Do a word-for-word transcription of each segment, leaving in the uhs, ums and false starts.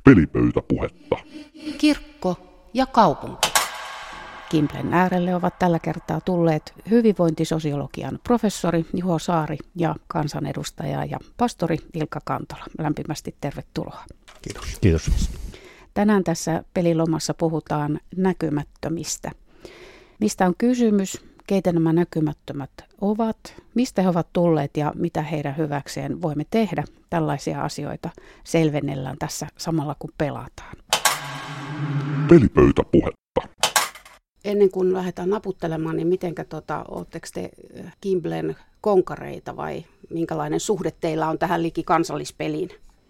Pelipöytäpuhetta. Kirkko ja kaupunki. Gimblen äärelle ovat tällä kertaa tulleet hyvinvointisosiologian professori Juho Saari ja kansanedustaja ja pastori Ilkka Kantola. Lämpimästi tervetuloa. Kiitos. Kiitos. Tänään tässä pelilomassa puhutaan näkymättömistä. Mistä on kysymys, keitä nämä näkymättömät ovat, mistä he ovat tulleet ja mitä heidän hyväkseen voimme tehdä. Tällaisia asioita selvennellään tässä samalla kun pelataan. Pelipöytäpuhetta. Ennen kuin lähdetään naputtelemaan, niin mitenkä tota, ootteko te Gimblen konkareita vai minkälainen suhde teillä on tähän liki kansallispeliin?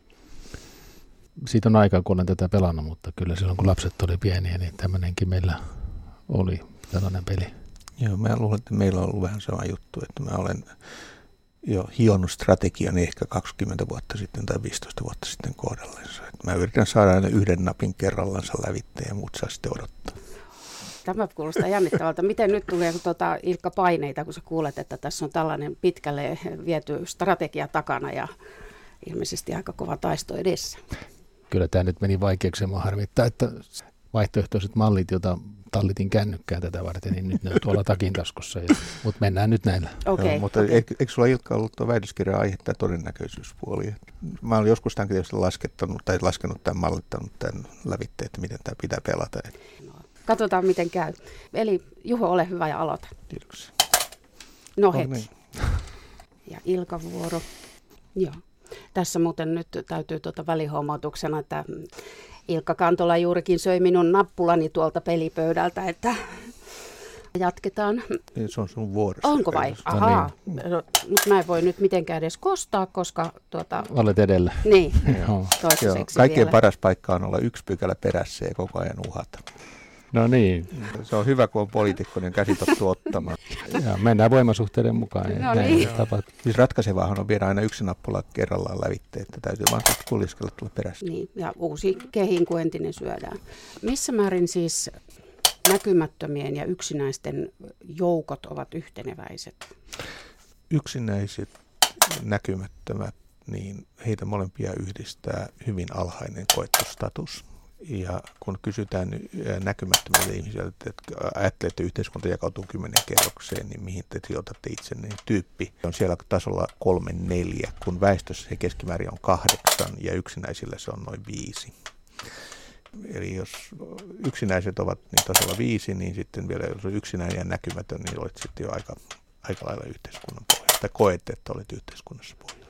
Siitä on aikaa, kun olen tätä pelannut, mutta kyllä silloin kun lapset oli pieniä, niin tämmöinenkin meillä oli tällainen peli. Joo, mä luulen, että meillä on ollut vähän sama juttu, että mä olen jo hionnut strategiani ehkä kaksikymmentä vuotta sitten tai viisitoista vuotta sitten kohdallensa. Mä yritän saada aina yhden napin kerrallansa lävitteen ja muut saa sitten odottaa. Tämä kuulostaa jännittävältä. Miten nyt tulee tuota, Ilkka paineita, kun sä kuulet, että tässä on tällainen pitkälle viety strategia takana ja ilmeisesti aika kova taisto edessä? Kyllä tämä nyt meni vaikeaksi ja harmittaa, että vaihtoehtoiset mallit, joita tallitin kännykkään tätä varten, niin nyt ne on tuolla takin taskussa, ja, mutta mennään nyt näillä. Okay, Joo, mutta okay. eikö, eikö sulla Ilkka ollut tuo väitöskirjan aihe tämä todennäköisyyspuoli? Mä olen joskus tämän tietysti laskettanut tai laskenut tämän mallittanut tämän lävitteen, että miten tämä pitää pelata. No, katsotaan miten käy. Eli Juho, ole hyvä ja aloita. Kiitoksia. No heti. Niin. Ja Ilkan vuoro. Joo. Tässä muuten nyt täytyy tuota välihuomautuksena, että Ilkka Kantola juurikin söi minun nappulani tuolta pelipöydältä, että jatketaan. Se on sun vuorossa. Onko vai? Ahaa, no niin. No, mutta mä en voi nyt mitenkään edes kostaa, koska tuota... Olet edellä. Niin, Joo. toistaiseksi Kaikkein vielä. paras paikka on olla yksi pykälä perässä ja koko ajan uhata. No niin. Se on hyvä, kun on poliitikko, niin käsitottu ottamaan. Ja mennään voimasuhteiden mukaan. No niin. Siis ratkaisevaahan on viedä aina yksi nappula kerrallaan lävitteen, että täytyy vaan kuljiskella tulla perässä. Niin, ja uusi kehin kuin entinen syödään. Missä määrin siis näkymättömien ja yksinäisten joukot ovat yhteneväiset? Yksinäiset, näkymättömät, niin heitä molempia yhdistää hyvin alhainen koettu status. Ja kun kysytään näkymättömiltä ihmisiltä, että ajattelee, että yhteiskunta jakautuu kymmenen kerrokseen, niin mihin te sijoitatte itsenne, niin tyyppi on siellä tasolla kolme neljä, kun väestössä se keskimäärin on kahdeksan ja yksinäisillä se on noin viisi. Eli jos yksinäiset ovat niin tasolla viisi, niin sitten vielä jos on yksinäinen ja näkymätön, niin olet sitten jo aika, aika lailla yhteiskunnan pohjalla. Tai koette, että olet yhteiskunnassa pohjalla.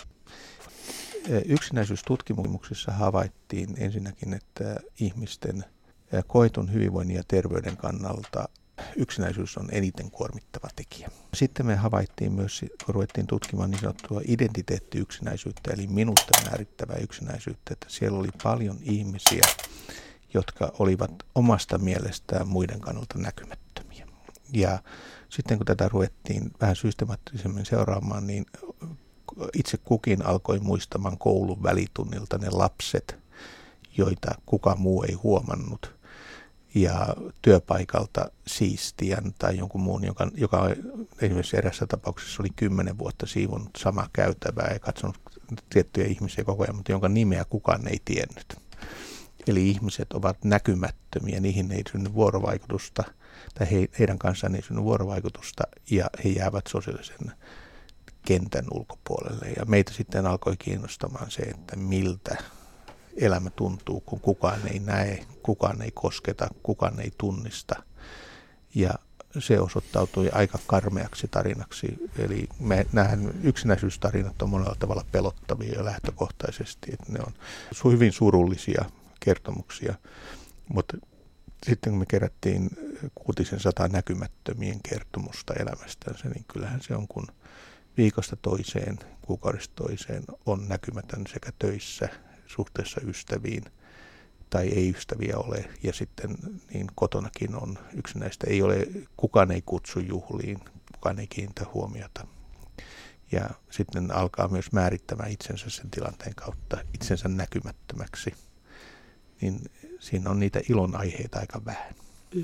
Yksinäisyystutkimuksissa havaittiin ensinnäkin, että ihmisten koetun hyvinvoinnin ja terveyden kannalta yksinäisyys on eniten kuormittava tekijä. Sitten me havaittiin myös, kun ruvettiin tutkimaan niin sanottua identiteettiyksinäisyyttä, eli minuutta määrittävää yksinäisyyttä, että siellä oli paljon ihmisiä, jotka olivat omasta mielestään muiden kannalta näkymättömiä. Ja sitten kun tätä ruvettiin vähän systemaattisemmin seuraamaan, niin itse kukin alkoi muistamaan koulun välitunnilta ne lapset, joita kuka muu ei huomannut, ja työpaikalta siistijän tai jonkun muun, joka, joka esimerkiksi erässä tapauksessa oli kymmenen vuotta siivonnut samaa käytävää ja katsonut tiettyjä ihmisiä koko ajan, mutta jonka nimeä kukaan ei tiennyt. Eli ihmiset ovat näkymättömiä, niihin ei synny vuorovaikutusta, tai he, heidän kanssaan ei synny vuorovaikutusta, ja he jäävät sosiaalisen kentän ulkopuolelle. Ja meitä sitten alkoi kiinnostamaan se, että miltä elämä tuntuu, kun kukaan ei näe, kukaan ei kosketa, kukaan ei tunnista. Ja se osoittautui aika karmeaksi tarinaksi. Eli me nähdään yksinäisyystarinat on monella tavalla pelottavia jo lähtökohtaisesti. Että ne on hyvin surullisia kertomuksia, mutta sitten kun me kerättiin kuutisen sataa näkymättömien kertomusta elämästänsä, niin kyllähän se on kun viikosta toiseen, kuukaudesta toiseen on näkymätön sekä töissä, suhteessa ystäviin tai ei ystäviä ole. Ja sitten niin kotonakin on yksinäistä. Ei ole, kukaan ei kutsu juhliin, kukaan ei kiinnitä huomiota. Ja sitten alkaa myös määrittämään itsensä sen tilanteen kautta itsensä näkymättömäksi. Niin siinä on niitä ilonaiheita aika vähän. Mm.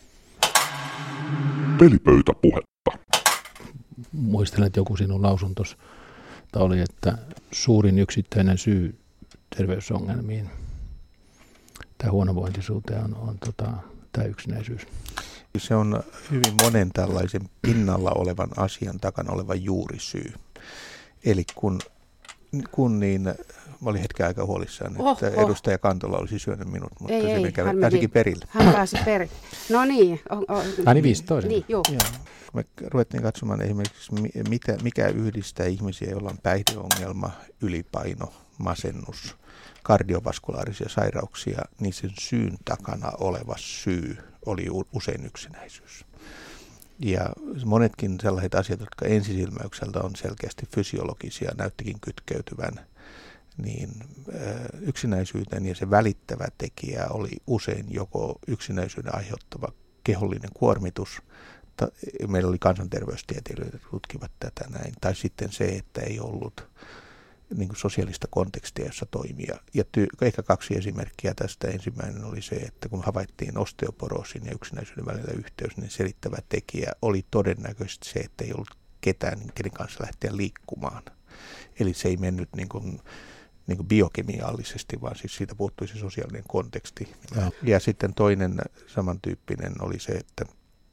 Pelipöytäpuhetta. Muistelen, että joku sinun lausuntos oli, että suurin yksittäinen syy terveysongelmiin tai huonovointisuuteen on, on tota, tämä yksinäisyys. Se on hyvin monen tällaisen pinnalla olevan asian takana oleva juurisyy. Eli kun, kun niin, mä olin hetken aikaa huolissaan, oh, että oh. edustaja Kantola olisi syönyt minut, mutta ei, se ei, kävi, hän pääsikin perille. Hän pääsi perille. No niin. Oh, oh, Aini viisi toisen. Niin, joo. Me ruvettiin katsomaan esimerkiksi, mitä, mikä yhdistää ihmisiä, joilla on päihdeongelma, ylipaino, masennus, kardiovaskulaarisia sairauksia, niin sen syyn takana oleva syy oli usein yksinäisyys. Ja monetkin sellaiset asiat, jotka ensisilmäykseltä on selkeästi fysiologisia, näyttikin kytkeytyvän, niin yksinäisyyteen ja se välittävä tekijä oli usein joko yksinäisyyden aiheuttava kehollinen kuormitus. Meillä oli kansanterveystieteilijöitä, jotka tutkivat tätä näin. Tai sitten se, että ei ollut niin kuin sosiaalista kontekstia, jossa toimia. Ja ty- ehkä kaksi esimerkkiä tästä. Ensimmäinen oli se, että kun havaittiin osteoporoosin ja yksinäisyyden välillä yhteys, niin selittävä tekijä oli todennäköisesti se, että ei ollut ketään, kenen kanssa lähteä liikkumaan. Eli se ei mennyt niin kuin, niin kuin biokemiallisesti, vaan siis siitä puuttui se sosiaalinen konteksti. Ja, ja sitten toinen samantyyppinen oli se, että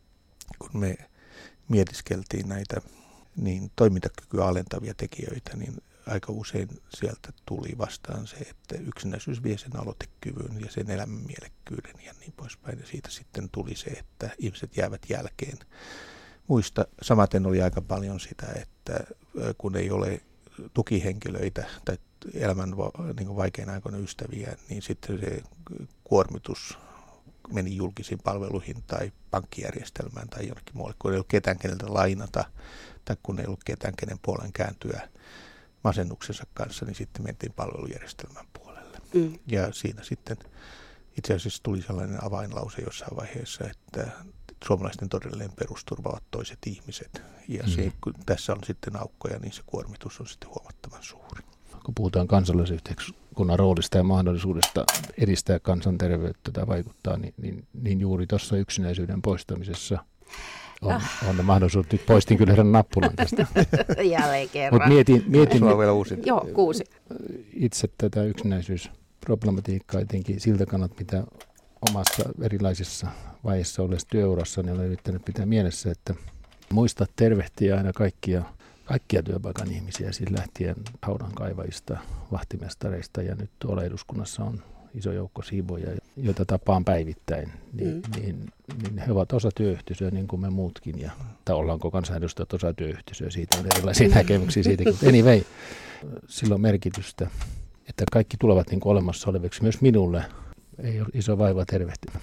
kun me mietiskeltiin näitä niin toimintakykyä alentavia tekijöitä, niin aika usein sieltä tuli vastaan se, että yksinäisyys vie sen aloitekyvyn ja sen elämänmielekkyyden ja niin poispäin. Ja siitä sitten tuli se, että ihmiset jäävät jälkeen muista. Samaten oli aika paljon sitä, että kun ei ole tukihenkilöitä tai elämän niin kuin vaikeina aikoina ystäviä, niin sitten se kuormitus meni julkisiin palveluihin tai pankkijärjestelmään tai jonnekin muualle, kun ei ollut ketään keneltä lainata tai kun ei ollut ketään kenen puolen kääntyä masennuksensa kanssa, niin sitten mentiin palvelujärjestelmän puolelle. Mm. Ja siinä sitten itse asiassa tuli sellainen avainlause jossain vaiheessa, että suomalaisten todellinen perusturva ovat toiset ihmiset. Ja mm. se, kun tässä on sitten aukkoja, niin se kuormitus on sitten huomattavan suuri. Kun puhutaan kansalaisyhteiskunnan roolista ja mahdollisuudesta edistää kansanterveyttä tai vaikuttaa, niin, niin, niin juuri tuossa yksinäisyyden poistamisessa on, ah. on mahdollisuus. Nyt poistin kyllä herran nappulan tästä. Jälleen kerran. Mutta mietin, mietin on vielä uusi. Joo, kuusi. Itse tätä yksinäisyysproblematiikkaa etenkin siltä kannat, mitä omassa erilaisissa vaiheissa olleessa työurassa, niin olen yrittänyt pitää mielessä, että muista tervehtiä aina kaikkia, kaikkia työpaikan ihmisiä, siis lähtien haudan kaivajista, vahtimestareista ja nyt tuolla eduskunnassa on iso joukko siivoja, joita tapaan päivittäin, niin, mm. niin, niin he ovat osa työyhteisöä niin kuin me muutkin, ja, tai ollaanko kansanedustajat osa työyhteisöä, siitä on erilaisia näkemyksiä siitäkin, mutta anyway, sillä on merkitystä, että kaikki tulevat niin kuin olemassa oleviksi, myös minulle ei ole iso vaiva tervehtiä.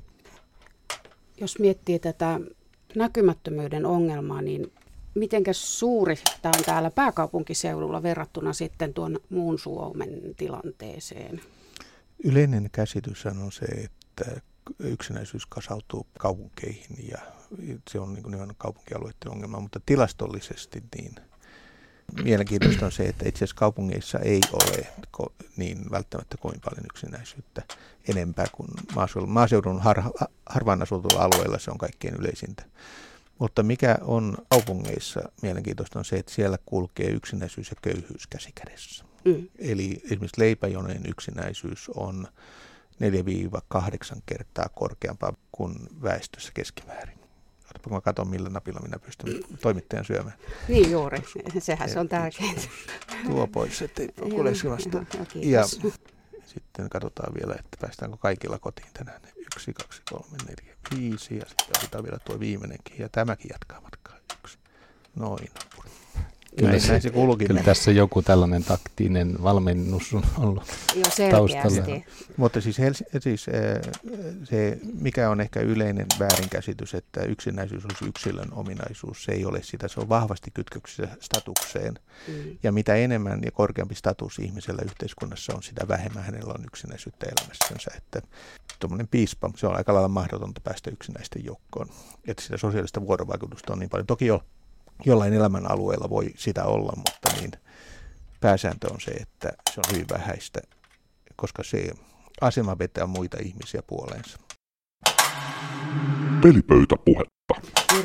Jos miettii tätä näkymättömyyden ongelmaa, niin mitenkä suuri tämä on täällä pääkaupunkiseudulla verrattuna sitten tuon muun Suomen tilanteeseen? Yleinen käsitys on se, että yksinäisyys kasautuu kaupunkeihin ja se on niin kuin kaupunkialueiden ongelma, mutta tilastollisesti niin mielenkiintoista on se, että itse asiassa kaupungeissa ei ole niin välttämättä kovin paljon yksinäisyyttä enempää kuin maaseudun, maaseudun har, harvaan asutulla alueella se on kaikkein yleisintä. Mutta mikä on kaupungeissa mielenkiintoista on se, että siellä kulkee yksinäisyys ja köyhyys käsi kädessä. Mm. Eli esimerkiksi leipäjonojen yksinäisyys on neljä kahdeksan kertaa korkeampaa kuin väestössä keskimäärin. Kun mä katson, millä napilla minä pystyn toimittajan syömään. Niin juuri, sehän se on tärkeintä. Tuo pois, ettei kuule sellaista. Ja sitten katsotaan vielä, että päästäänkö kaikilla kotiin tänään. Yksi, kaksi, kolme, neljä, viisi ja sitten otetaan vielä tuo viimeinenkin. Ja tämäkin jatkaa matkaa. Yksi. Noin. Kyllä, se, se kyllä tässä joku tällainen taktinen valmennus on ollut jo taustalla. Mutta siis, siis se, mikä on ehkä yleinen väärinkäsitys, että yksinäisyys olisi yksilön ominaisuus, se ei ole sitä, se on vahvasti kytköksissä statukseen. Mm. Ja mitä enemmän ja korkeampi status ihmisellä yhteiskunnassa on, sitä vähemmän hänellä on yksinäisyyttä elämässänsä. Että tuommoinen piispa, se on aika lailla mahdotonta päästä yksinäisten joukkoon. Että sitä sosiaalista vuorovaikutusta on niin paljon. Toki jo jollain elämän alueella voi sitä olla, mutta niin pääsääntö on se, että se on hyvin vähäistä, koska se asema vetää muita ihmisiä puoleensa. Pelipöytäpuhetta.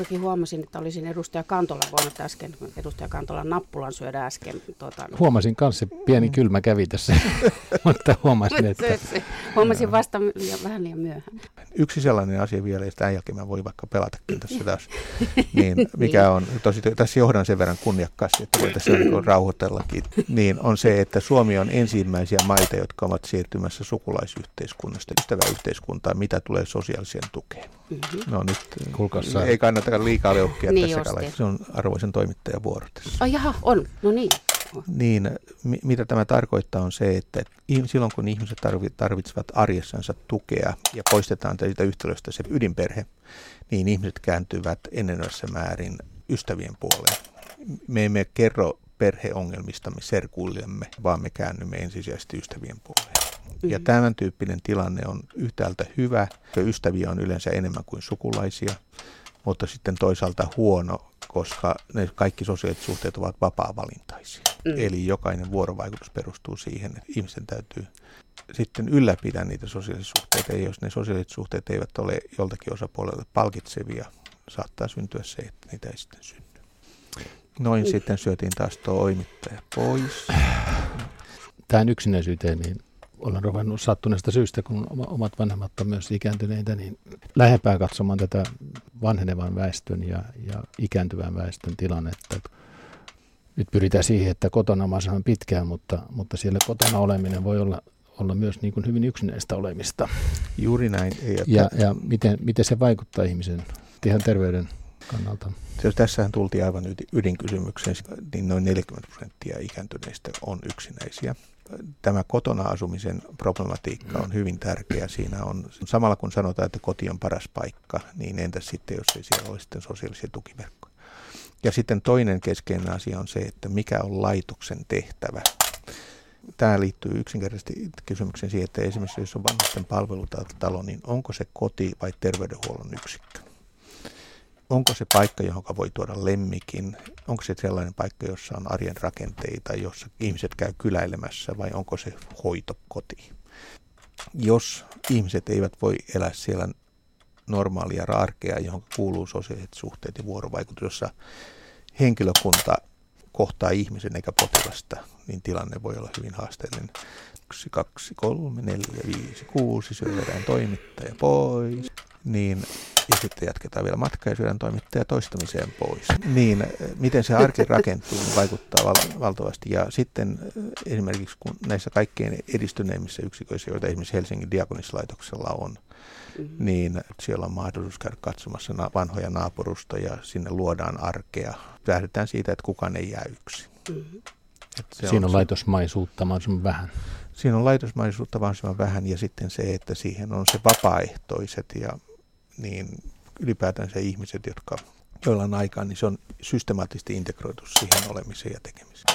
juurikin huomasin, että olisin edustaja Kantola voinut äsken, edustaja Kantolan nappulan syödä äsken. Tuota, Huomasin kanssa, pieni mm. kylmä kävi tässä, mutta huomasin, että... Huomasin vasta liian, vähän liian myöhään. Yksi sellainen asia vielä, ja tämän jälkeen mä voin vaikka pelatakin tässä taas, niin mikä on, tosi, tässä johdan sen verran kunniakkaasti, että voi tässä niin rauhoitellakin, niin on se, että Suomi on ensimmäisiä maita, jotka ovat siirtymässä sukulaisyhteiskunnasta, ystäväyhteiskuntaan, mitä tulee sosiaaliseen tukeen. Mm-hmm. No nyt Kulkassa. Ei kannata liikaa leukkia niin tässä kalassa. Se on arvoisen toimittajan vuoro tässä. Ai jaha, on. No niin. Niin, mi- mitä tämä tarkoittaa on se, että silloin kun ihmiset tarvitsevat arjessansa tukea ja poistetaan siitä yhtälöstä se ydinperhe, niin ihmiset kääntyvät enenevässä määrin ystävien puoleen. Me emme kerro perheongelmistamme serkuillemme, vaan me käännymme ensisijaisesti ystävien puoleen. Ja tämän tyyppinen tilanne on yhtäältä hyvä, ja ystäviä on yleensä enemmän kuin sukulaisia, mutta sitten toisaalta huono, koska ne kaikki sosiaaliset suhteet ovat vapaa-valintaisia. Mm. Eli jokainen vuorovaikutus perustuu siihen, että ihmisten täytyy sitten ylläpitää niitä sosiaalisia suhteita, ja jos ne sosiaaliset suhteet eivät ole joltakin osapuolelta palkitsevia, saattaa syntyä se, että niitä ei sitten synny. Noin mm. sitten syötiin taas tuo oimittaja pois. Tähän yksinäisyyteen, niin olen ruvennut sattuneesta syystä, kun omat vanhemmat on myös ikääntyneitä, niin lähempää katsomaan tätä vanhenevan väestön ja, ja ikääntyvän väestön tilannetta. Nyt pyritään siihen, että kotona mahdollisimman pitkään, mutta, mutta siellä kotona oleminen voi olla, olla myös niin kuin hyvin yksinäistä olemista. Juuri näin. Ja, ja miten, miten se vaikuttaa ihmisen ihan terveyden kannalta? Tässähän tultiin aivan ydinkysymykseen, niin noin neljäkymmentä prosenttia ikääntyneistä on yksinäisiä. Tämä kotona asumisen problematiikka on hyvin tärkeä. Siinä on, samalla kun sanotaan, että koti on paras paikka, niin entäs sitten, jos ei siellä ole sitten sosiaalisia tukiverkkoja. Ja sitten toinen keskeinen asia on se, että mikä on laitoksen tehtävä. Tämä liittyy yksinkertaisesti kysymykseen siihen, että esimerkiksi jos on vanhusten palvelutalo, niin onko se koti vai terveydenhuollon yksikkö? Onko se paikka, johon voi tuoda lemmikin? Onko se sellainen paikka, jossa on arjen rakenteita, jossa ihmiset käy kyläilemässä, vai onko se hoitokoti? Jos ihmiset eivät voi elää siellä normaalia arkea, johon kuuluu sosiaaliset suhteet ja vuorovaikutus, jossa henkilökunta kohtaa ihmisen eikä potilasta, niin tilanne voi olla hyvin haasteellinen. Yksi, kaksi, kolme, neljä, viisi, kuusi, syödään toimittaja pois. Niin, ja sitten jatketaan vielä matkaa ja syödään toimittaja toistamiseen pois. Niin, miten se arki rakentuu, niin vaikuttaa val- valtavasti. Ja sitten esimerkiksi kun näissä kaikkein edistyneimmissä yksiköissä, joita esimerkiksi Helsingin Diakonislaitoksella on, mm-hmm. niin siellä on mahdollisuus käydä katsomassa na- vanhoja naapurustoja, sinne luodaan arkea. Lähdetään siitä, että kukaan ei jää yksin. Mm-hmm. Siinä on, on laitosmaisuutta mahdollisimman vähän. Siinä on laitosmaisuutta mahdollisimman vähän ja sitten se, että siihen on se vapaaehtoiset ja niin ylipäätään se ihmiset, jotka, joilla on aikaa, niin se on systemaattisesti integroitu siihen olemiseen ja tekemiseen.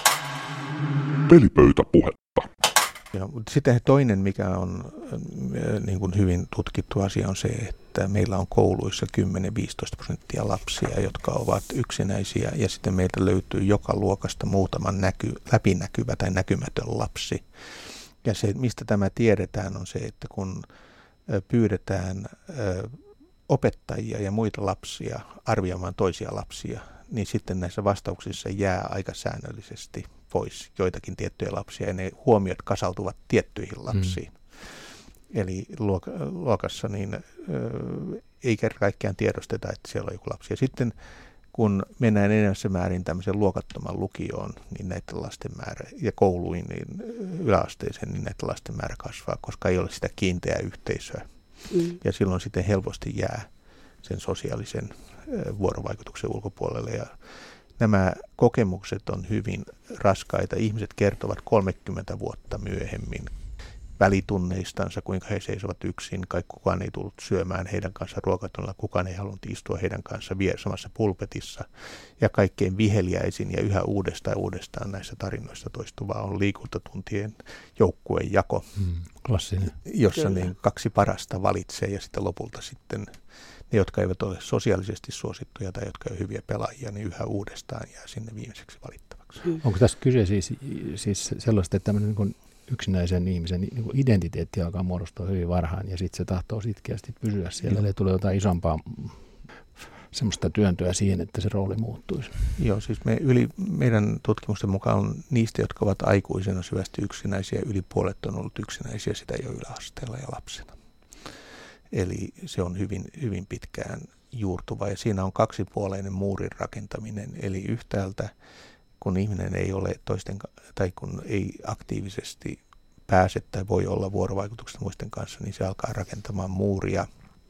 Pelipöytäpuhetta. Ja, mutta sitten toinen, mikä on niin kuin hyvin tutkittu asia, on se, että meillä on kouluissa kymmenen viisitoista prosenttia lapsia, jotka ovat yksinäisiä, ja sitten meiltä löytyy joka luokasta muutaman näky, läpinäkyvä tai näkymätön lapsi. Ja se, mistä tämä tiedetään, on se, että kun pyydetään opettajia ja muita lapsia arvioimaan toisia lapsia, niin sitten näissä vastauksissa jää aika säännöllisesti pois joitakin tiettyjä lapsia, ja ne huomiot kasautuvat tiettyihin lapsiin. Mm. Eli luok- luokassa niin, ö, ei kerta kaikkiaan tiedosteta, että siellä on joku lapsi. Ja sitten kun mennään enemmässä määrin tämmöisen luokattoman lukioon, niin näiden lasten määrä, ja kouluihin niin yläasteeseen, niin näiden lasten määrä kasvaa, koska ei ole sitä kiinteää yhteisöä. Mm. Ja silloin sitten helposti jää sen sosiaalisen vuorovaikutuksen ulkopuolelle. Ja nämä kokemukset on hyvin raskaita. Ihmiset kertovat kolmekymmentä vuotta myöhemmin välitunneistansa, kuinka he seisovat yksin. Kaikki kukaan ei tullut syömään heidän kanssa ruokatunnilla, kukaan ei halunnut istua heidän kanssa samassa pulpetissa. Ja kaikkein viheliäisin ja yhä uudestaan uudestaan näissä tarinoissa toistuvaa on liikuntatuntien joukkueen jako, mm, klassinen. Jossa niin kaksi parasta valitsee ja sitten lopulta sitten ne, jotka eivät ole sosiaalisesti suosittuja tai jotka ovat hyviä pelaajia, niin yhä uudestaan jää sinne viimeiseksi valittavaksi. Mm. Onko tässä kyse siis, siis sellaista, että tämmöinen niin kuin yksinäisen ihmisen niin kuin identiteetti alkaa muodostua hyvin varhain ja sitten se tahtoo sitkeästi pysyä siellä, eli tulee jotain isompaa semmoista työntöä siihen, että se rooli muuttuisi. Joo, siis me yli, meidän tutkimusten mukaan niistä, jotka ovat aikuisena syvästi yksinäisiä, yli puolet on ollut yksinäisiä sitä jo yläasteella ja lapsena. Eli se on hyvin, hyvin pitkään juurtuva ja siinä on kaksipuoleinen muurin rakentaminen. Eli yhtäältä kun ihminen ei ole toisten tai kun ei aktiivisesti pääse tai voi olla vuorovaikutuksessa muisten kanssa, niin se alkaa rakentamaan muuria.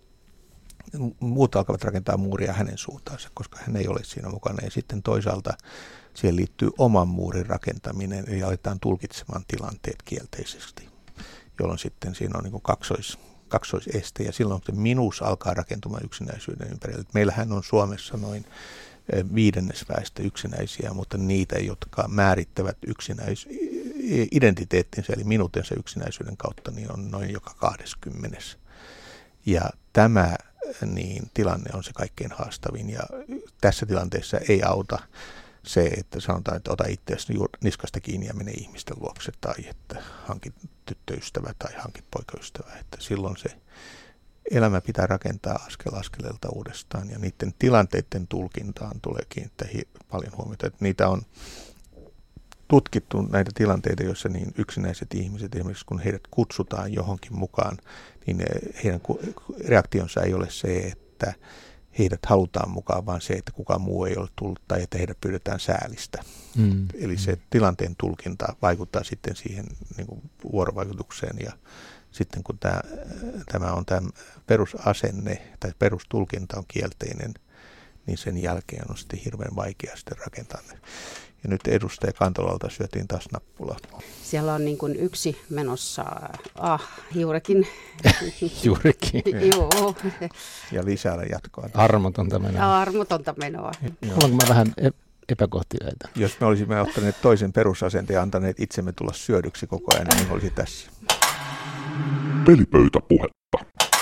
Muut alkavat rakentaa muuria hänen suuntaansa, koska hän ei ole siinä mukana. Ja sitten toisaalta siihen liittyy oman muurin rakentaminen, eli aletaan tulkitsemaan tilanteet kielteisesti, jolloin sitten siinä on niin kuin kaksois, kaksoiseste. Ja silloin se minus alkaa rakentumaan yksinäisyyden ympärillä. Meillähän on Suomessa noin viidennesväestö yksinäisiä, mutta niitä, jotka määrittävät yksinäis- identiteettinsä, eli minuutensa yksinäisyyden kautta, niin on noin joka kahdeskymmenes. Ja tämä niin tilanne on se kaikkein haastavin ja tässä tilanteessa ei auta se, että sanotaan, että ota itseäsi niskasta kiinni ja mene ihmisten luokse tai että hankit tyttöystävä tai hankit poikaystävä. Että silloin se elämä pitää rakentaa askel askeleelta uudestaan ja niiden tilanteiden tulkintaan tulee kiinnittää paljon huomiota. Että niitä on tutkittu näitä tilanteita, joissa niin yksinäiset ihmiset, esimerkiksi kun heidät kutsutaan johonkin mukaan, niin heidän reaktionsa ei ole se, että heidät halutaan mukaan, vaan se, että kukaan muu ei ole tullut tai että heidät pyydetään säälistä. Mm. Eli se tilanteen tulkinta vaikuttaa sitten siihen niin kuin vuorovaikutukseen ja sitten kun tämä, tämä on tämä perusasenne tai perustulkinta on kielteinen, niin sen jälkeen on sitten hirveän vaikea sitten rakentaa ne. Ja nyt edustaja Kantolalta syötiin taas nappula. Siellä on niin kuin yksi menossa, ah, juurikin. Juurikin. Joo. Ja lisää jatkoa. Armotonta menoa. Armotonta menoa. Olenko mä vähän epäkohtiaita? Jos me olisimme ottaneet toisen perusasenteen ja antaneet itsemme tulla syödyksi koko ajan, niin olisi tässä. Pelipöytäpuhetta.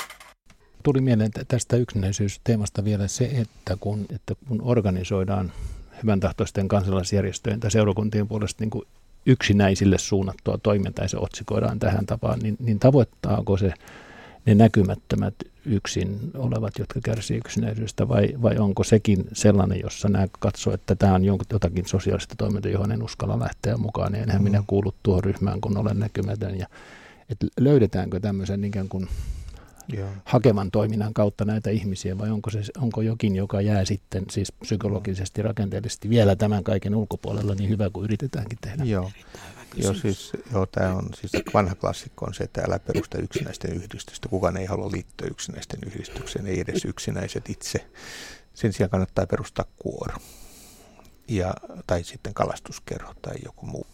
Tuli mieleen tästä yksinäisyysteemasta vielä se, että kun, että kun organisoidaan hyvän tahtoisten kansalaisjärjestöjen tai seurakuntien puolesta niin kuin yksinäisille suunnattua toimintaa ja se otsikoidaan tähän tapaan, niin, niin tavoittaako se ne näkymättömät yksin olevat, jotka kärsii yksinäisyydestä vai, vai onko sekin sellainen, jossa nämä katsoo, että tämä on jotakin sosiaalista toimintaa, johon en uskalla lähteä mukaan, enhän mm. minä kuulu tuohon ryhmään, kun olen näkymätön. Ja, että löydetäänkö tämmöisen ikään kuin Joo. hakevan toiminnan kautta näitä ihmisiä vai onko, se, onko jokin, joka jää sitten siis psykologisesti, rakenteellisesti vielä tämän kaiken ulkopuolella niin hyvä kuin yritetäänkin tehdä? Joo, joo siis joo, tämä on siis vanha klassikko on se, että älä perusta yksinäisten yhdistystä. Kukaan ei halua liittyä yksinäisten yhdistykseen, ei edes yksinäiset itse. Sen sijaan kannattaa perustaa kuoro ja, tai sitten kalastuskerho tai joku muu.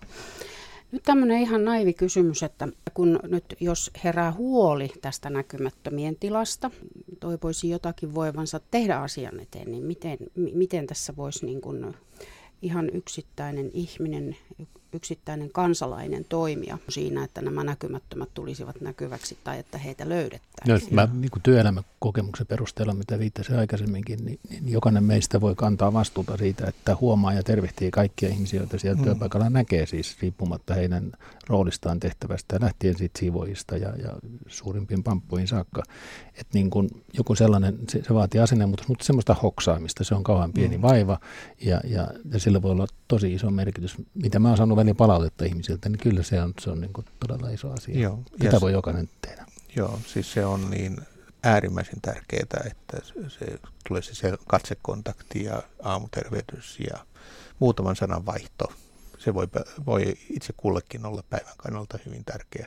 Nyt tämmöinen ihan naivi kysymys, että kun nyt jos herää huoli tästä näkymättömien tilasta, toivoisi jotakin voivansa tehdä asian eteen, niin miten, miten tässä voisi niin kuin ihan yksittäinen ihminen, yksittäinen kansalainen toimia siinä, että nämä näkymättömät tulisivat näkyväksi tai että heitä löydettäisiin? No, mä niin kuin työelämäkokemuksen perusteella, mitä viittasin aikaisemminkin, niin, niin jokainen meistä voi kantaa vastuuta siitä, että huomaa ja tervehtii kaikkia ihmisiä, joita siellä mm. työpaikalla näkee, siis riippumatta heidän roolistaan tehtävästä, lähtien siitä siivoojista ja, ja suurimpiin pamppuihin saakka. Että niin kuin joku sellainen, se, se vaatii asennemuutos, mutta semmoista hoksaamista, se on kauan pieni mm. vaiva ja, ja, ja sillä voi olla tosi iso merkitys. Mitä mä oon saanut välillä palautetta ihmisiltä, niin kyllä se on, se on niin kuin todella iso asia. Joo, Tätä se, voi jokainen tehdä. Joo, siis se on niin äärimmäisen tärkeää, että se tulee se katsekontakti ja aamutervehdys ja muutaman sanan vaihto. Se voi, voi itse kullekin olla päivän kannalta hyvin tärkeä.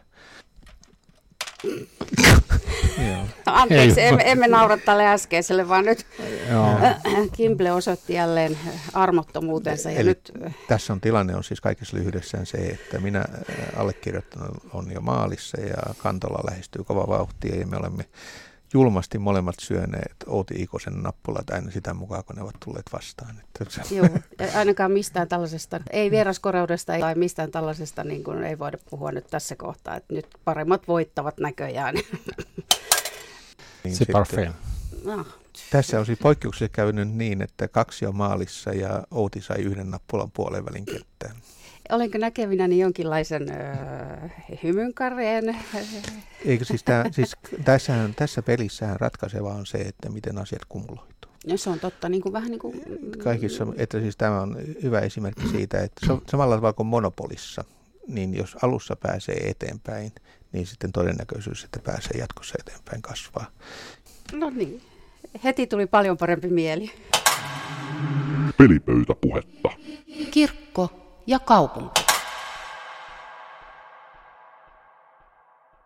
Anteeksi, emme, emme naura tälle äskeiselle, vaan nyt Kimble osoitti jälleen armottomuutensa. Ja nyt tässä on tilanne on siis kaikessa lyhyydessään se, että minä allekirjoittanut on jo maalissa ja Kantola lähestyy kova vauhtia ja me olemme julmasti molemmat syöneet Outi Ikosen nappulat aina sitä mukaan, kun ne ovat tulleet vastaan. Joo, ainakaan mistään tällaisesta, ei vieraskoreudesta tai mistään tällaisesta niin kuin ei voida puhua nyt tässä kohtaa, että nyt paremmat voittavat näköjään. Niin Se parfait. No. Tässä on siis poikkeuksellisesti käynyt niin, että kaksi on maalissa ja Outi sai yhden nappulan puolen välin kenttään. Olenko näkevinäni jonkinlaisen öö, hymynkareen? Eikö siis, tää, siis tässähän, tässä pelissähän ratkaiseva on se, että miten asiat kumuloituu. No, se on totta, niin kuin, vähän niin kuin... Kaikissa, että siis tämä on hyvä esimerkki siitä, että samalla tavalla kuin monopolissa, niin jos alussa pääsee eteenpäin, niin sitten todennäköisyys, että pääsee jatkossa eteenpäin, kasvaa. No niin, heti tuli paljon parempi mieli. Pelipöytäpuhetta. Kirkko ja kaupunki.